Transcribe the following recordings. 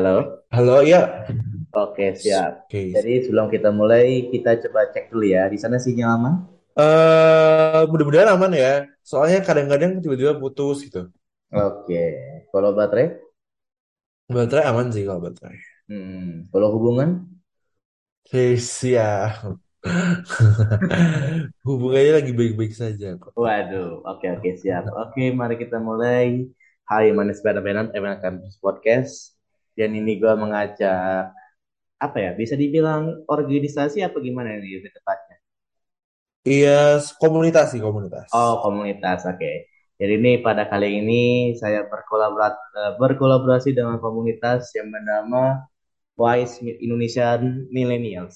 Halo. Halo, ya. Oke, siap. Oke. Jadi sebelum kita mulai, kita coba cek dulu ya. Di sana sinyal aman? Mudah-mudahan aman ya. Soalnya kadang-kadang tiba-tiba putus gitu. Oke. Kalau baterai? Baterai aman sih kalau baterai. Kalau hubungan? Siap. Hubungannya lagi baik-baik saja kok. Waduh, oke oke siap. Oke, mari kita mulai. Hai, manis benar-benar Evan Campus Podcast. Dan ini gue mengajak, apa ya, bisa dibilang organisasi apa gimana ini lebih tepatnya? Iya, komunitas sih komunitas. Oh, komunitas, oke. Jadi ini pada kali ini saya berkolaborasi dengan komunitas yang bernama Wise Indonesian Millennials.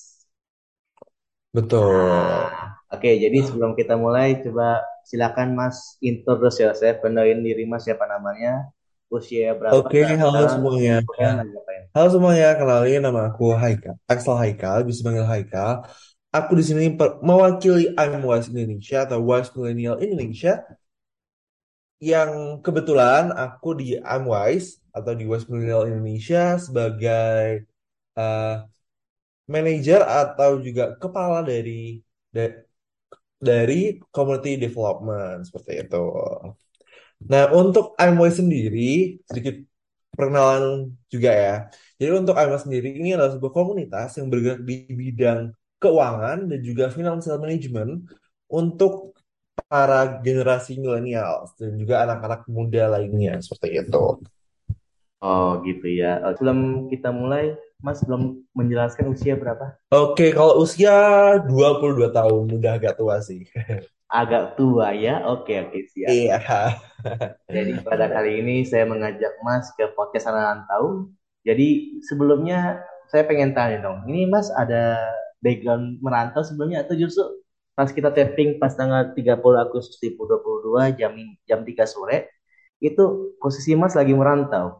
Betul. Oke, jadi sebelum kita mulai, coba silakan Mas introduce yourself, kenalin diri Mas siapa namanya, usia berapa, Oke, dan halo sekarang semuanya. kesibukan lagi ngapain? Halo semuanya, kenalin nama aku Haikal. Axel Haikal, bisa panggil Haikal. Aku di sini mewakili I'm Wise Indonesia atau Wise Millennial Indonesia yang kebetulan aku di Amwise atau di West Millennial Indonesia sebagai eh, manajer atau juga kepala da- dari community development seperti itu. Nah, untuk Amwise sendiri sedikit perkenalan juga ya. Jadi untuk Amwise sendiri ini adalah sebuah komunitas yang bergerak di bidang keuangan dan juga financial management untuk para generasi milenial dan juga anak-anak muda lainnya seperti itu. Oh gitu ya. Sebelum kita mulai, Mas belum menjelaskan usia berapa? Oke, kalau usia 22 tahun udah agak tua sih. Agak tua ya. Oke oke siap. Iya. Jadi pada kali ini saya mengajak Mas ke podcast Anak Rantau. Jadi sebelumnya saya pengen tanya dong, ini Mas ada background merantau sebelumnya atau justru pas kita tapping pas tanggal 30 Agustus 2022 jam 3 sore itu posisi Mas lagi merantau.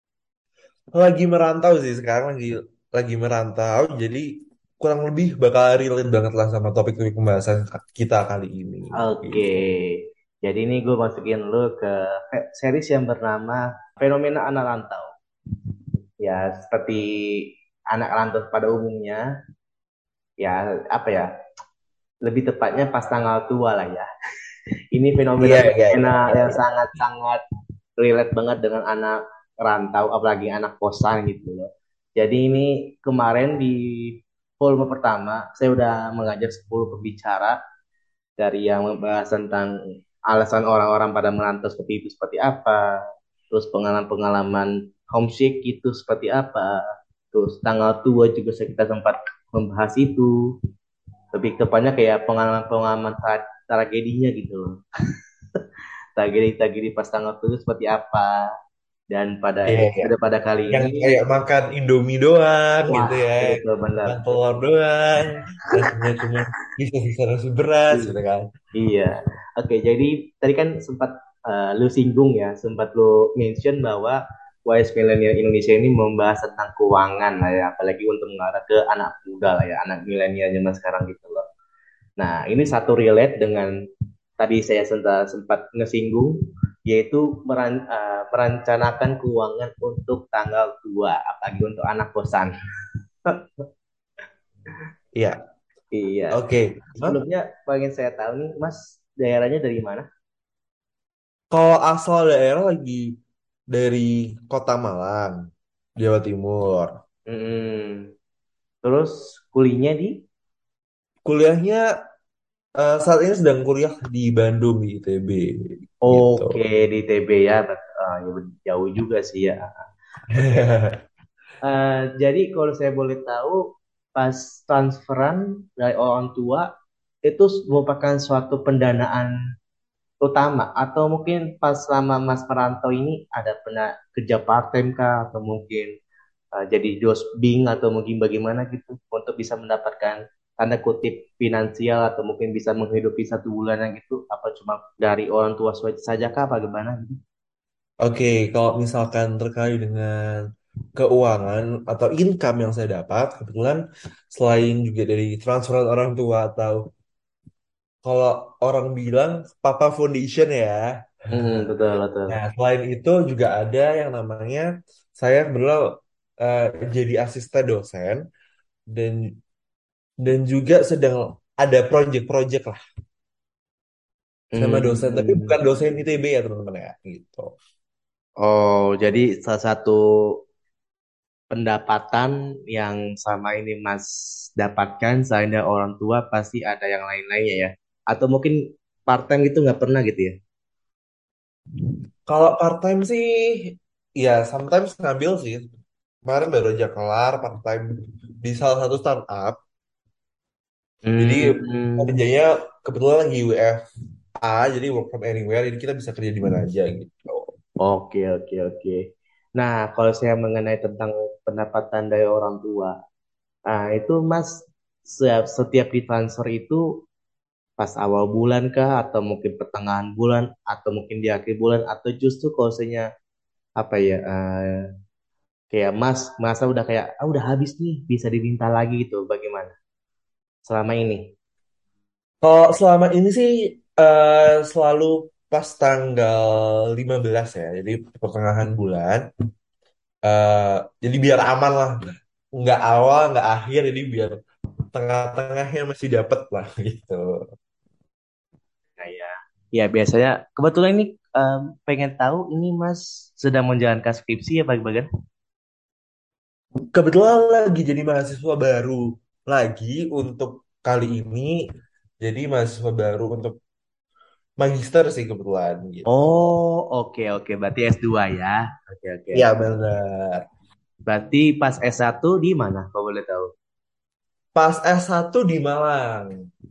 Lagi merantau sih sekarang lagi merantau, jadi kurang lebih bakal relate banget lah sama topik-topik pembahasan kita kali ini. Oke. Gitu. Jadi ini gue masukin lu ke series yang bernama Fenomena Anak Rantau. Ya seperti anak rantau pada umumnya, ya apa ya? Lebih tepatnya pas tanggal tua lah ya. Ini Iya, iya, iya, fenomena iya, yang iya. sangat-sangat relate banget dengan anak rantau, apalagi anak kosan gitu loh. Jadi ini kemarin di volume pertama, saya udah mengajak 10 pembicara dari yang membahas tentang alasan orang-orang pada merantau seperti itu seperti apa, terus pengalaman-pengalaman homesick itu seperti apa, terus tanggal tua juga kita sempat membahas itu, lebih tepatnya kayak pengalaman-pengalaman tragedinya gitu loh. Tragedi-tragedi pas tanggal itu seperti apa. Dan pada Iya, iya. episode pada kali Yang ini, kayak makan Indomie doang gitu wah ya, itu benar. makan telur doang, nasinya cuma sisa-sisa nasi beras Iya. gitu kan. Iya. Oke, jadi tadi kan sempat lu singgung ya, sempat lu mention bahwa Wise Millennial Indonesia ini membahas tentang keuangan lah ya, apalagi untuk mengarah ke anak muda lah ya, anak milenial zaman sekarang gitu loh. Nah, ini satu relate dengan tadi saya sempat ngesinggung, yaitu merencanakan keuangan untuk tanggal tua, apalagi untuk anak kosan. Iya, Iya. oke. Hah? Sebelumnya pengen saya tahu nih, Mas, daerahnya dari mana? Kalau asal daerah lagi dari Kota Malang, Jawa Timur. Hmm. Terus kuliahnya di? Kuliahnya saat ini sedang kuliah di Bandung di ITB gitu. Oke, di TB ya. Ya jauh juga sih ya. Oke. Jadi kalau saya boleh tahu, pas transferan dari orang tua itu merupakan suatu pendanaan utama atau mungkin pas selama Mas merantau ini ada pernah kerja part time kah atau mungkin jadi josbing atau mungkin bagaimana gitu untuk bisa mendapatkan tanda kutip finansial atau mungkin bisa menghidupi satu bulanan gitu apa cuma dari orang tua saja kah apa gimana gitu? Oke, kalau misalkan terkait dengan keuangan atau income yang saya dapat, kebetulan selain juga dari transferan orang tua atau kalau orang bilang Papa Foundation ya. Betul betul. Nah, selain itu juga ada yang namanya saya kebetulan eh, jadi asisten dosen dan juga sedang ada project-project lah sama dosen, tapi Hmm. bukan dosen ITB ya teman-teman ya gitu. Oh, jadi salah satu pendapatan yang sama ini Mas dapatkan selain dari orang tua pasti ada yang lain-lainnya ya. Atau mungkin part time itu nggak pernah gitu ya. Kalau part time sih, ya sometimes ngambil sih. Kemarin baru aja kelar part time di salah satu startup. Jadi Hmm. kerjanya kebetulan lagi WFA, jadi work from anywhere. Jadi kita bisa kerja di mana aja gitu. Oke, oke, oke. Nah, kalau saya mengenai tentang pendapatan dari orang tua, itu Mas setiap ditransfer itu pas awal bulan kah, atau mungkin pertengahan bulan, atau mungkin di akhir bulan, atau justru kalau misalnya apa ya, kayak Mas masa udah kayak udah habis nih, bisa diminta lagi gitu, bagaimana selama ini? Kalau selama ini sih selalu pas tanggal 15 ya, jadi pertengahan bulan. Eh, jadi biar aman lah, nggak awal nggak akhir, jadi biar tengah-tengahnya masih dapet lah gitu. Nah, ya, ya biasanya kebetulan ini pengen tahu ini Mas sedang menjalankan skripsi ya bagi-bagian. Kebetulan lagi jadi mahasiswa baru lagi untuk kali ini, jadi mahasiswa baru untuk magister sih kebetulan gitu. Oh, oke, oke, berarti S2 ya. Oke, oke, Iya oke. benar. Berarti pas S1 di mana kalau boleh tahu? Pas S1 di Malang.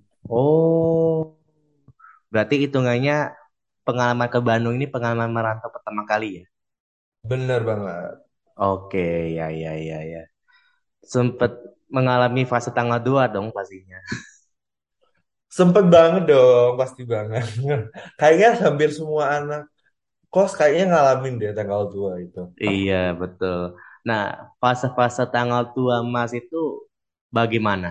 Oh, berarti hitungannya pengalaman ke Bandung ini pengalaman merantau pertama kali ya? Bener banget. Oke, ya, ya, ya, ya. Sempet mengalami fase tanggal 2 dong pastinya. Sempet banget dong, pasti banget. Kayaknya hampir semua anak kos kayaknya ngalamin deh tanggal 2 itu. Iya, betul. Nah, fase-fase tanggal tua Mas itu bagaimana?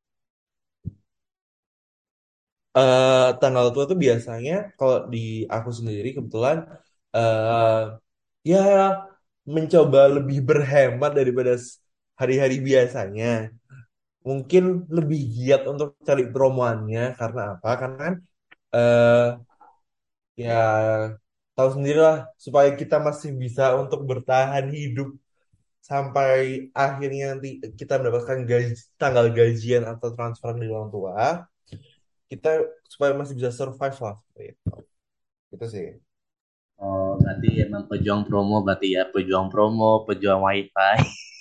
Tanggal tua tuh biasanya kalau di aku sendiri kebetulan eh ya mencoba lebih berhemat daripada hari-hari biasanya. Mungkin lebih giat untuk cari promoannya karena apa? Karena kan eh ya tahu sendirilah supaya kita masih bisa untuk bertahan hidup sampai akhirnya nanti kita mendapatkan tanggal gajian atau transferan dari orang tua, kita supaya masih bisa survive lah. Seperti itu sih. Oh, berarti emang pejuang promo berarti ya, pejuang promo, pejuang wifi.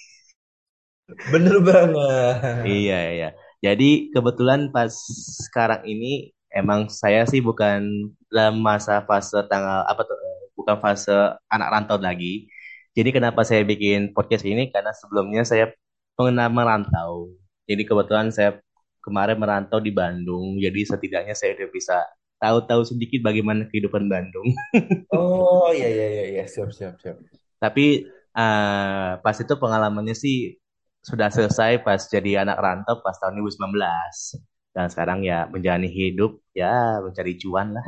Bener banget. Iya, iya. Jadi kebetulan pas sekarang ini emang saya sih bukan dalam masa fase tanggal apa tuh, bukan fase anak rantau lagi. Jadi kenapa saya bikin podcast ini karena sebelumnya saya pernah merantau. Jadi kebetulan saya kemarin merantau di Bandung. Jadi setidaknya saya udah bisa tahu-tahu sedikit bagaimana kehidupan Bandung. Oh iya iya iya iya siap siap siap. Tapi pas itu pengalamannya sih sudah selesai pas jadi anak rantau pas tahun 2019. Dan sekarang ya menjalani hidup ya mencari cuan lah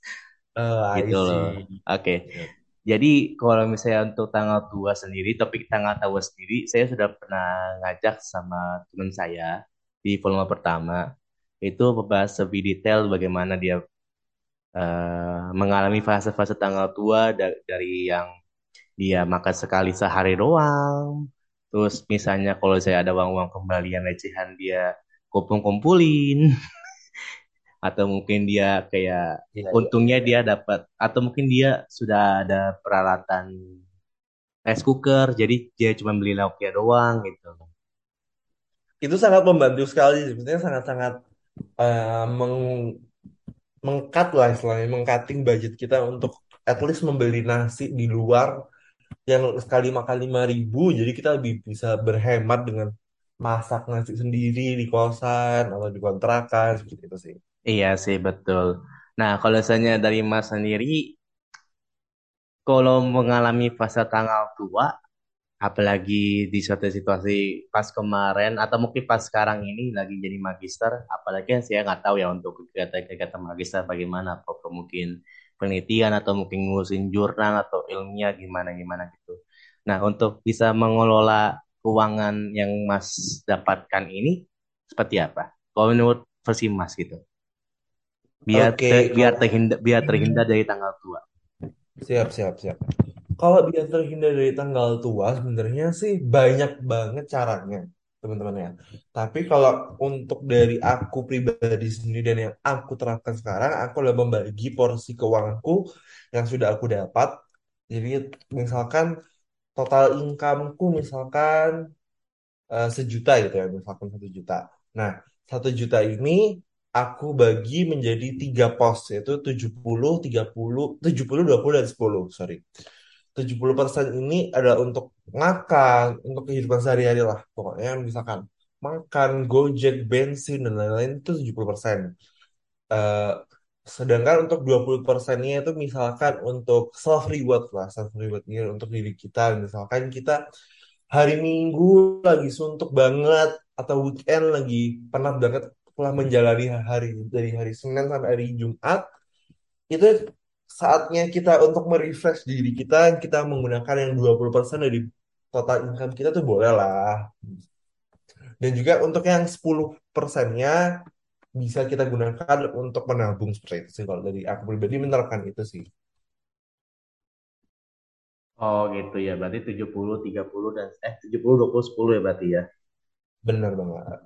I gitu loh. see. Oke. Siap. Jadi kalau misalnya untuk tanggal tua sendiri, topik tanggal tua sendiri, saya sudah pernah ngajak sama teman saya di volume pertama. Itu membahas lebih detail bagaimana dia mengalami fase-fase tanggal tua dari yang dia makan sekali sehari doang. Terus misalnya kalau saya ada uang-uang kembalian recehan dia kumpul-kumpulin. Atau mungkin dia kayak Iya iya untungnya iya. dia dapat. Atau mungkin dia sudah ada peralatan rice cooker. Jadi dia cuma beli lauknya doang gitu. Itu sangat membantu sekali. Sebenarnya sangat-sangat eh, meng mengkat lah istilahnya, mengcutting budget kita untuk at least membeli nasi di luar yang sekali makan 5.000, jadi kita lebih bisa berhemat dengan masak nasi sendiri di kosan atau di kontrakan seperti itu sih. Iya sih betul. Nah kalau misalnya dari Mas sendiri, kalau mengalami fase tanggal tua, apalagi di suatu situasi pas kemarin atau mungkin pas sekarang ini lagi jadi magister, apalagi kan saya nggak tahu ya untuk kegiatan-kegiatan magister bagaimana, apa mungkin penelitian atau mungkin ngurusin jurnal atau ilmiah gimana gimana gitu. Nah, untuk bisa mengelola keuangan yang Mas dapatkan ini seperti apa? Kalau menurut versi Mas gitu, Oke, biar kalau terhindar dari tanggal tua. siap, siap, siap. Kalau biar terhindar dari tanggal tua, sebenarnya sih banyak banget caranya, teman-teman ya. Tapi kalau untuk dari aku pribadi sendiri dan yang aku terapkan sekarang, aku udah membagi porsi keuanganku yang sudah aku dapat. Jadi misalkan total income-ku misalkan 1 juta gitu ya, misalkan 1 juta. Nah, 1 juta ini aku bagi menjadi 3 pos, yaitu 70, 30, 70, 20, dan 10, sorry. 70% ini adalah untuk makan, untuk kehidupan sehari-hari lah. Pokoknya misalkan makan, gojek, bensin, dan lain-lain itu 70%. Eh, Sedangkan untuk 20%-nya itu misalkan untuk self reward lah, self reward ini untuk diri kita. Misalkan kita hari Minggu lagi suntuk banget atau weekend lagi penat banget telah menjalani hari dari hari Senin sampai hari Jumat, itu saatnya kita untuk merefresh diri kita menggunakan yang 20% dari total income kita tuh boleh lah. Dan juga untuk yang 10%-nya bisa kita gunakan untuk menabung seperti itu sih. Kalau dari aku pribadi menerapkan itu sih. Oh gitu ya, berarti 70, 30 dan 70, 20, 10 ya berarti ya. Benar banget.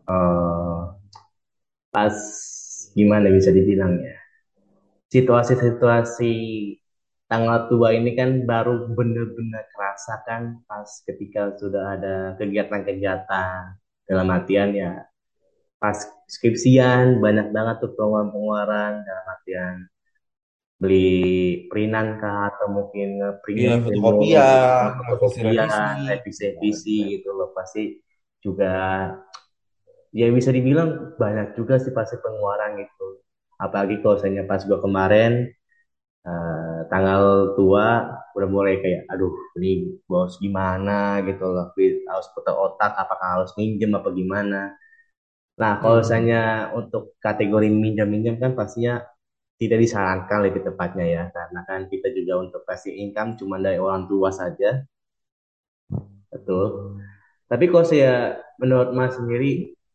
Pas gimana bisa dibilang ya? Situasi-situasi tanggal tua ini kan baru bener-bener kerasa kan pas ketika sudah ada kegiatan-kegiatan dalam artian ya pas skripsian banyak banget tuh pengeluaran-pengeluaran dalam artian beli perinan kah atau mungkin print Iya, print fotokopian, revisi-revisi. fotokopian Ya, revisi-revisi gitu loh pasti juga ya bisa dibilang banyak juga sih pasti pengeluaran gitu apalagi kalau misalnya pas gua kemarin tanggal tua udah mulai kayak aduh ini bos gimana gitu loh harus putar otak apakah harus minjem apa gimana. Nah kalau Hmm, misalnya untuk kategori minjam-minjam kan pastinya tidak disarankan lebih tepatnya ya karena kan kita juga untuk kasih income cuma dari orang tua saja betul. Tapi kalau saya menurut Mas sendiri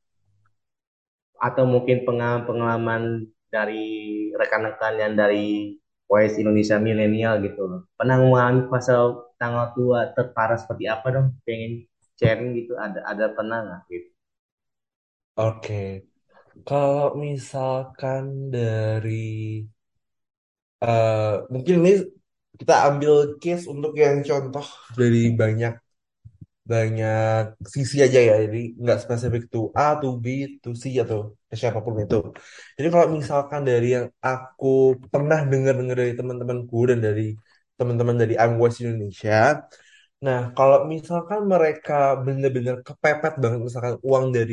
atau mungkin pengalaman-pengalaman dari rekan-rekan yang dari Voice Indonesia Milenial gitu loh. Pernah mengalami fase tanggal tua terparah seperti apa dong? Pengen sharing gitu, ada pernah nggak gitu? oke. Kalau misalkan dari eh, mungkin ini kita ambil case untuk yang contoh dari banyak banyak sisi aja ya. Jadi nggak spesifik to A, to B, to C atau ke siapapun itu. Jadi kalau misalkan dari yang aku pernah dengar-dengar dari teman-temanku dan dari teman-teman dari Amwes Indonesia, nah kalau misalkan mereka benar-benar kepepet banget misalkan uang dari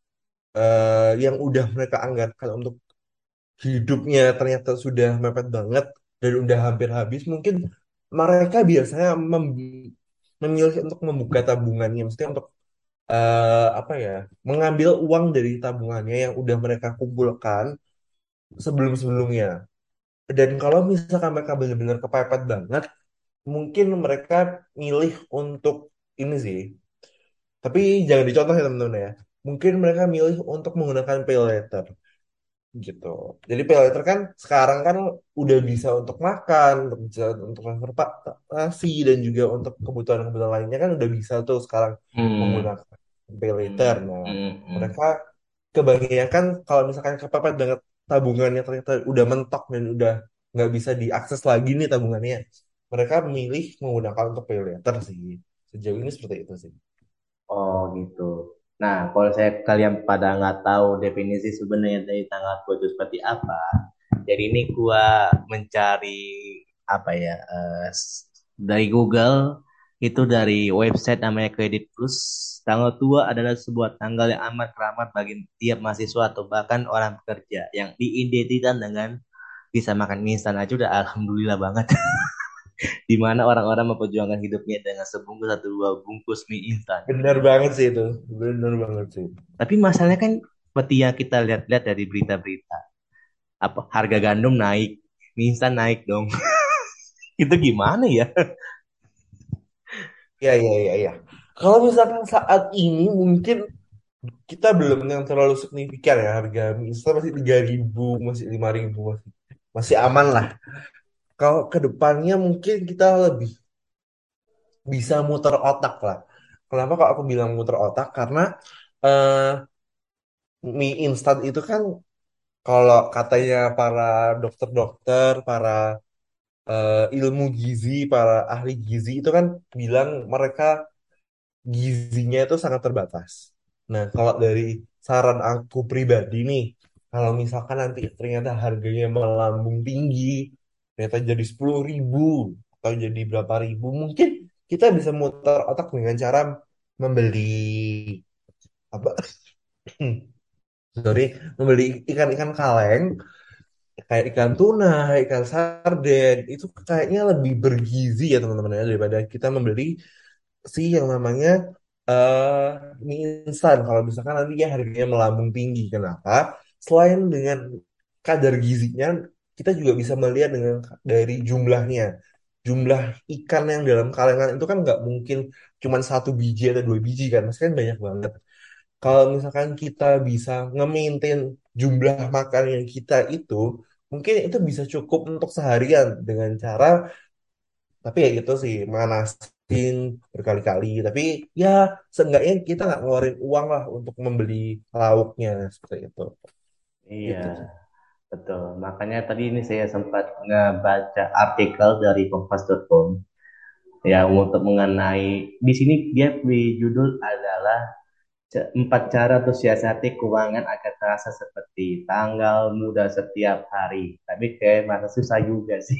yang udah mereka anggarkan untuk hidupnya ternyata sudah mepet banget dan udah hampir habis, mungkin mereka biasanya memilih untuk membuka tabungannya, maksudnya untuk apa ya, mengambil uang dari tabungannya yang udah mereka kumpulkan sebelum-sebelumnya. Dan kalau misalkan mereka benar-benar kepepet banget, mungkin mereka milih untuk ini sih. Tapi jangan dicontoh ya teman-teman ya. Mungkin mereka milih untuk menggunakan pay later gitu. Jadi pay later kan sekarang kan udah bisa untuk makan, untuk bisa untuk transportasi dan juga untuk kebutuhan-kebutuhan lainnya kan udah bisa tuh sekarang Hmm, menggunakan pay later. hmm, Nah, hmm, hmm. mereka kebanyakan kalau misalkan kepepet banget tabungannya ternyata udah mentok dan udah nggak bisa diakses lagi nih tabungannya, mereka memilih menggunakan untuk pay later sih. Sejauh ini seperti itu sih. Oh gitu. Nah, kalau saya kalian pada nggak tahu definisi sebenarnya dari tanggal tua itu seperti apa, jadi ini gua mencari apa ya dari Google itu dari website namanya Kredit Plus. Tanggal tua adalah sebuah tanggal yang amat keramat bagi tiap mahasiswa atau bahkan orang pekerja yang diidentikan dengan bisa makan mie instan aja udah alhamdulillah banget. Di mana orang-orang memperjuangkan hidupnya dengan sebungkus atau dua bungkus mie instan. Benar banget sih itu. Benar banget sih. Tapi masalahnya kan seperti yang kita lihat-lihat dari berita-berita, apa harga gandum naik, mie instan naik dong. Itu gimana ya? Ya, ya, ya, ya. Kalau misalkan saat ini mungkin kita belum yang terlalu signifikan ya, harga mie instan masih 3.000, masih 5.000, masih aman lah. Kalau ke depannya mungkin kita lebih bisa muter otak lah. Kenapa kok aku bilang muter otak? Karena eh, mie instan itu kan kalau katanya para dokter-dokter, para ilmu gizi, para ahli gizi itu kan bilang mereka gizinya itu sangat terbatas. Nah, kalau dari saran aku pribadi nih, kalau misalkan nanti ternyata harganya melambung tinggi, ternyata jadi 10.000 atau jadi berapa ribu, mungkin kita bisa muter otak dengan cara membeli apa? Sorry, membeli ikan-ikan kaleng kayak ikan tuna, ikan sarden itu kayaknya lebih bergizi ya teman-teman ya daripada kita membeli si yang namanya eh mie instan. Kalau misalkan nanti ya harganya melambung tinggi, kenapa? Selain dengan kadar gizinya, kita juga bisa melihat dengan dari jumlahnya. Jumlah ikan yang dalam kalengan itu kan nggak mungkin cuma satu biji atau dua biji kan, pasti kan banyak banget. Kalau misalkan kita bisa nge-maintain jumlah makan yang kita itu, mungkin itu bisa cukup untuk seharian dengan cara, tapi ya itu sih, manasin berkali-kali. Tapi ya seenggaknya kita nggak ngeluarin uang lah untuk membeli lauknya seperti itu. Iya, Gitu sih. betul. Makanya tadi ini saya sempat ngebaca artikel dari kompas.com ya untuk mengenai di sini dia di judul adalah empat cara untuk siasati keuangan agar terasa seperti tanggal muda setiap hari. Tapi kayak masa susah juga sih.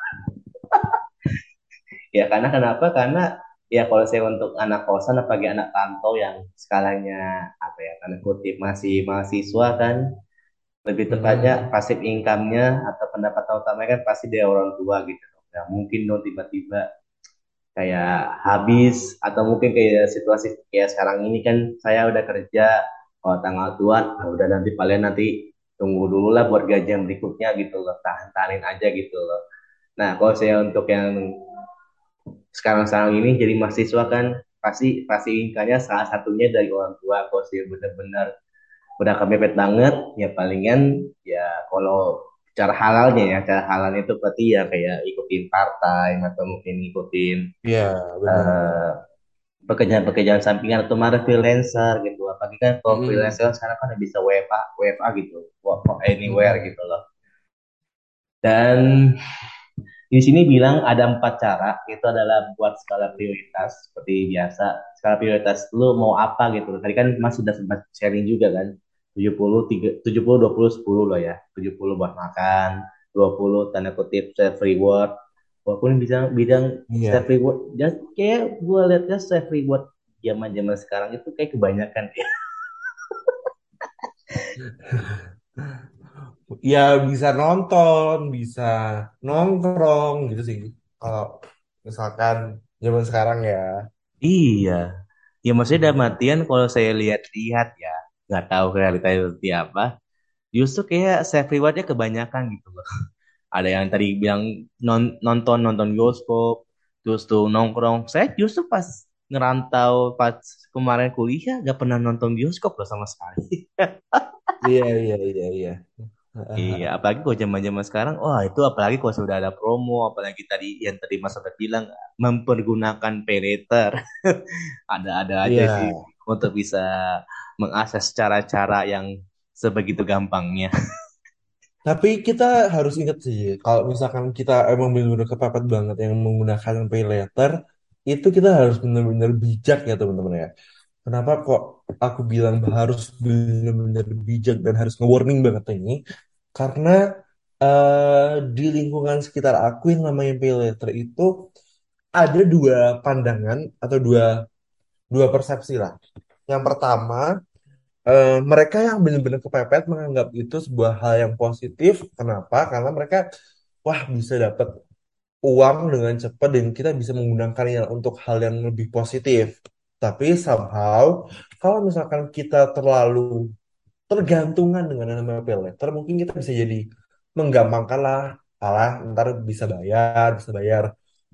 Ya karena kenapa? Karena ya kalau saya untuk anak kosan apalagi anak rantau yang skalanya apa ya karena kutip masih mahasiswa kan lebih tepatnya Mm-mm. pasif income-nya atau pendapatan utamanya kan pasti dari orang tua gitu. Nah, mungkin dong tiba-tiba kayak habis atau mungkin kayak situasi kayak sekarang ini kan saya udah kerja kalau tanggal tua udah nanti paling nanti tunggu dulu lah buat gajian berikutnya gitu loh tahan-tahanin aja gitu loh. Nah kalau saya untuk yang sekarang-sekarang ini jadi mahasiswa kan pasti pasti ingkanya salah satunya dari orang tua kalau saya benar-benar udah kepepet banget ya palingan ya kalau cara halalnya itu berarti ya kayak ikutin partai atau mungkin ngikutin Iya, benar. eh, pekerjaan-pekerjaan sampingan atau malah freelancer gitu. Apalagi kan kalau Mm-mm. freelancer kan sekarang kan bisa WFA gitu, work from anywhere Mm-mm. gitu loh. Dan di sini bilang ada empat cara, itu adalah buat skala prioritas seperti biasa. Skala prioritas lu mau apa gitu. Tadi kan Mas sudah sempat sharing juga kan. 70 20 10 loh ya. 70 buat makan, 20 tanda kutip self reward. Walaupun bidang bidang Iya. self reward, ya kayak gue liatnya self reward zaman-zaman sekarang itu kayak kebanyakan ya. Ya bisa nonton, bisa nongkrong gitu sih. Kalau misalkan zaman sekarang ya. Iya. Ya maksudnya dalam artian kalau saya lihat-lihat ya, nggak tahu realitanya seperti apa. Justru kayak self rewardnya kebanyakan gitu loh. Ada yang tadi bilang nonton nonton bioskop, terus tuh nongkrong. Saya justru pas ngerantau pas kemarin kuliah gak pernah nonton bioskop loh sama sekali. Iya, iya, iya, iya. Iya, apalagi kalau zaman-zaman sekarang, wah itu apalagi kalau sudah ada promo, apalagi tadi yang tadi Mas Sobet bilang mempergunakan pay later, ada-ada aja Iya. sih untuk bisa mengakses cara-cara yang sebegitu gampangnya. Tapi kita harus ingat sih, kalau misalkan kita emang benar-benar kepepet banget yang menggunakan pay later, itu kita harus benar-benar bijak ya teman-teman ya. Kenapa kok aku bilang harus benar-benar bijak dan harus nge-warning banget ini? Karena di lingkungan sekitar aku yang namanya pay later itu ada dua pandangan atau dua dua persepsi lah. Yang pertama, mereka yang benar-benar kepepet menganggap itu sebuah hal yang positif. Kenapa? Karena mereka, wah bisa dapat uang dengan cepat dan kita bisa menggunakannya untuk hal yang lebih positif. Tapi somehow, kalau misalkan kita terlalu tergantungan dengan yang namanya pay letter, mungkin kita bisa jadi menggampangkan lah, alah ntar bisa bayar, bisa bayar. Nah,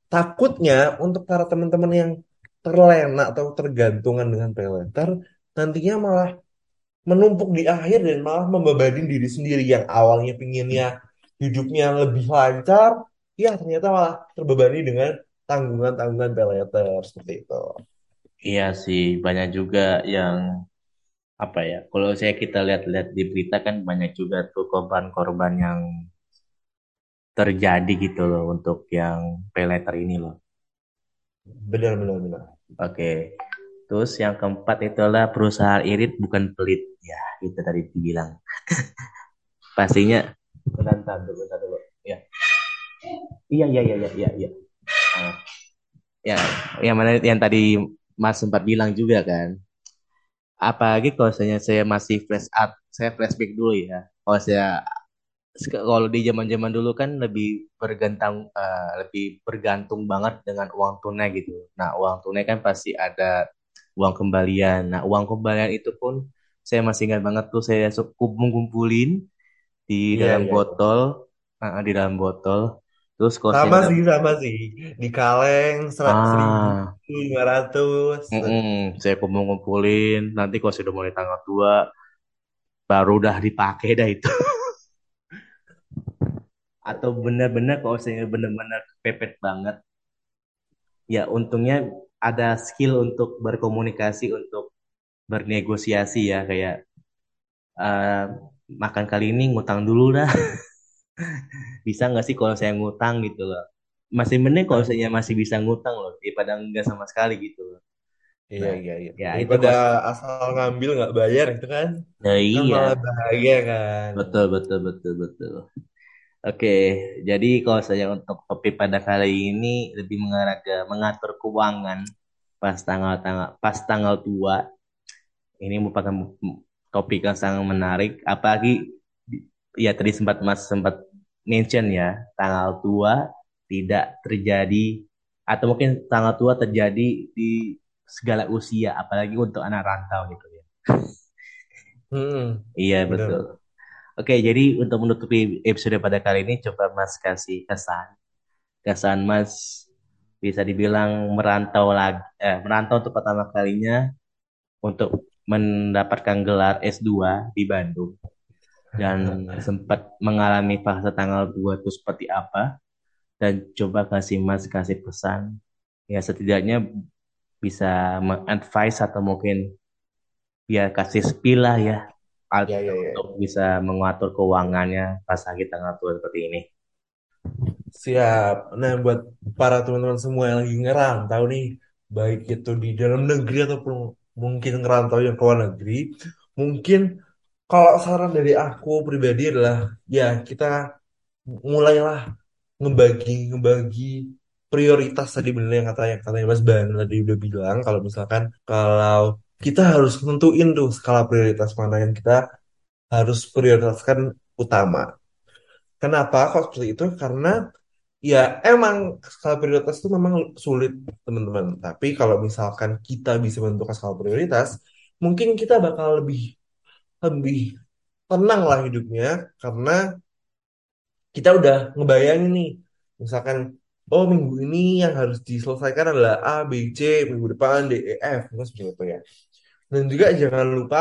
takutnya untuk para teman-teman yang terlena atau tergantungan dengan pay letter, nantinya malah menumpuk di akhir dan malah membebani diri sendiri yang awalnya pinginnya hidupnya lebih lancar, ya ternyata malah terbebani dengan tanggungan-tanggungan pay letter seperti itu. Iya sih, banyak juga yang apa ya? Kalau saya kita lihat-lihat di berita kan banyak juga tuh korban-korban yang terjadi gitu loh untuk yang pay letter ini loh. Benar, benar, benar. Oke. Terus yang keempat itulah perusahaan irit bukan pelit. Ya, itu tadi dibilang. Pastinya. Bentar dulu. Ya. Iya, iya, iya, iya, iya, iya. Ah, ya, yang mana yang tadi Mas sempat bilang juga kan. Apalagi kalau saya masih fresh up, saya flashback dulu ya. Kalau di zaman-zaman dulu kan lebih bergantung banget dengan uang tunai gitu. Nah, uang tunai kan pasti ada uang kembalian. Nah, uang kembalian itu pun saya masih ingat banget tuh saya ngumpulin di Iya, dalam iya, iya. botol, di dalam botol. Terus kalau saya Sama udah sih, sama sih. Di kaleng seribu ah, 500. saya ngumpulin. Nanti kalau sudah mulai tanggal 2 baru udah dipakai dah itu. Atau benar-benar kalau saya benar-benar kepepet banget. Ya, untungnya ada skill untuk berkomunikasi, untuk bernegosiasi ya, kayak eh, makan kali ini ngutang dulu dah. Bisa nggak sih kalau saya ngutang gitu loh. Masih mending kalau saya masih bisa ngutang loh, daripada enggak sama sekali gitu loh. Iya, Nah, iya, iya. ya itu Daripada kos. asal ngambil nggak bayar itu kan, Nah, kan iya, malah bahaya kan. betul, betul, betul, betul. Oke, jadi kalau saya untuk topik pada kali ini lebih mengarah ke mengatur keuangan pas tanggal tua. Ini merupakan topik yang sangat menarik. Apalagi ya tadi sempat mention ya, tanggal tua tidak terjadi atau mungkin tanggal tua terjadi di segala usia, apalagi untuk anak rantau gitu ya. Hmm, Iya benar, betul. benar. Oke, jadi untuk menutupi episode pada kali ini, coba Mas kasih kesan Mas bisa dibilang merantau untuk pertama kalinya untuk mendapatkan gelar S2 di Bandung dan sempat mengalami fase tanggal 2 itu seperti apa dan coba kasih pesan ya setidaknya bisa mengadvise atau mungkin ya kasih spill lah ya Ya, ya, untuk ya. bisa mengatur keuangannya pas lagi tanggal tua seperti ini. Siap. Nah, buat para teman-teman semua yang lagi ngerantau nih, baik itu di dalam negeri ataupun mungkin ngerantau yang ke luar negeri, mungkin kalau saran dari aku pribadi adalah ya kita mulailah ngebagi ngebagi prioritas tadi bener yang katanya Mas Ban tadi udah bilang kalau misalkan kalau kita harus nentuin tuh skala prioritas mana yang kita harus prioritaskan utama. Kenapa kok seperti itu? Karena ya emang skala prioritas itu memang sulit teman-teman. Tapi kalau misalkan kita bisa menentukan skala prioritas, mungkin kita bakal lebih lebih tenang lah hidupnya karena kita udah ngebayangin nih, misalkan, oh minggu ini yang harus diselesaikan adalah A, B, C, minggu depan D, E, F, nah, seperti itu ya. Dan juga jangan lupa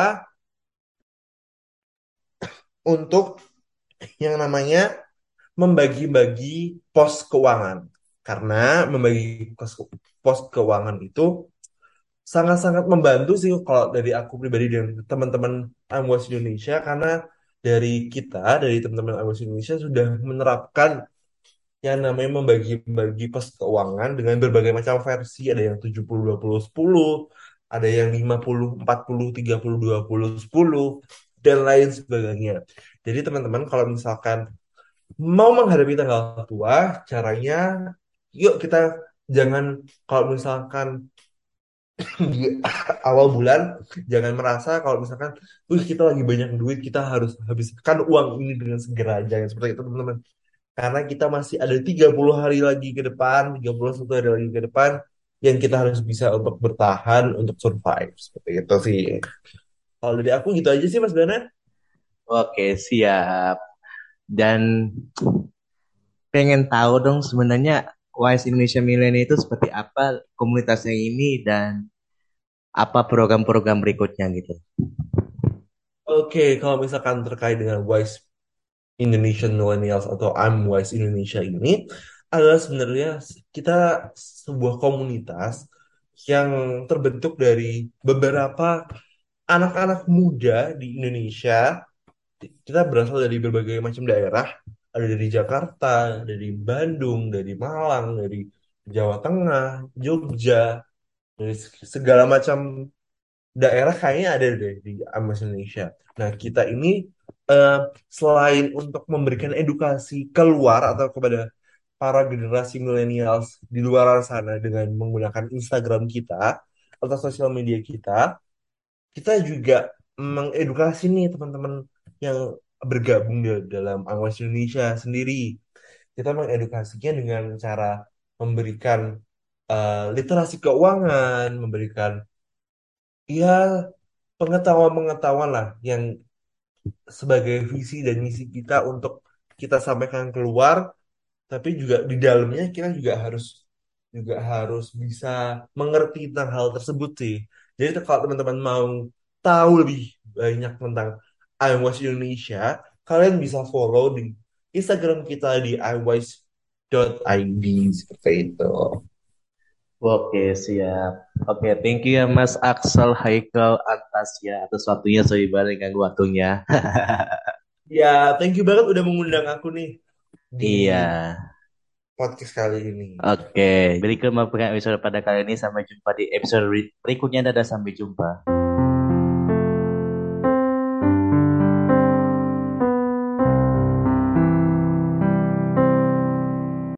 untuk yang namanya membagi-bagi pos keuangan. Karena membagi pos keuangan itu sangat-sangat membantu sih kalau dari aku pribadi dan teman-teman Amwas Indonesia karena dari teman-teman Amwas Indonesia sudah menerapkan yang namanya membagi-bagi pos keuangan dengan berbagai macam versi. Ada yang 70-20-10, ada yang 50-40-30-20-10, dan lain sebagainya. Jadi teman-teman kalau misalkan mau menghadapi tanggal tua, caranya yuk kita jangan kalau misalkan di awal bulan jangan merasa kalau misalkan, wih kita lagi banyak duit kita harus habiskan uang ini dengan segera. Jangan seperti itu teman-teman karena kita masih ada 30 hari lagi ke depan, 31 hari lagi ke depan yang kita harus bisa untuk bertahan, untuk survive. Seperti itu sih. Kalau dari aku gitu aja sih Mas Dana. Oke, siap. Dan pengen tahu dong sebenarnya Wise Indonesia Millennial itu seperti apa komunitasnya ini dan apa program-program berikutnya gitu. Oke, kalau misalkan terkait dengan Wise Indonesian Millennials atau I'm Wise Indonesia ini adalah sebenarnya kita sebuah komunitas yang terbentuk dari beberapa anak-anak muda di Indonesia. Kita berasal dari berbagai macam daerah, ada dari Jakarta, dari Bandung, dari Malang, dari Jawa Tengah, Jogja, dari segala macam daerah kayaknya ada deh di Amas Indonesia. Nah, kita ini eh, selain untuk memberikan edukasi keluar atau kepada para generasi millennials di luar sana dengan menggunakan Instagram kita atau sosial media kita, kita juga mengedukasi nih teman-teman yang bergabung di dalam Awas Indonesia sendiri. Kita mengedukasinya dengan cara memberikan literasi keuangan, memberikan ya pengetahuan-pengetahuan lah yang sebagai visi dan misi kita untuk kita sampaikan keluar, tapi juga di dalamnya kita juga harus bisa mengerti tentang hal tersebut sih. Jadi kalau teman-teman mau tahu lebih banyak tentang iWatch Indonesia, kalian bisa follow di Instagram kita di iWatch.id seperti itu. Oke, siap. Oke, thank you ya Mas Axel Haikal Antasya atas waktunya sorry banget ganggu waktunya. Ya, thank you banget udah mengundang aku nih di Iya. podcast kali ini. Oke, berikut merupakan episode pada kali ini. Sampai jumpa di episode berikutnya. Dadah, sampai jumpa.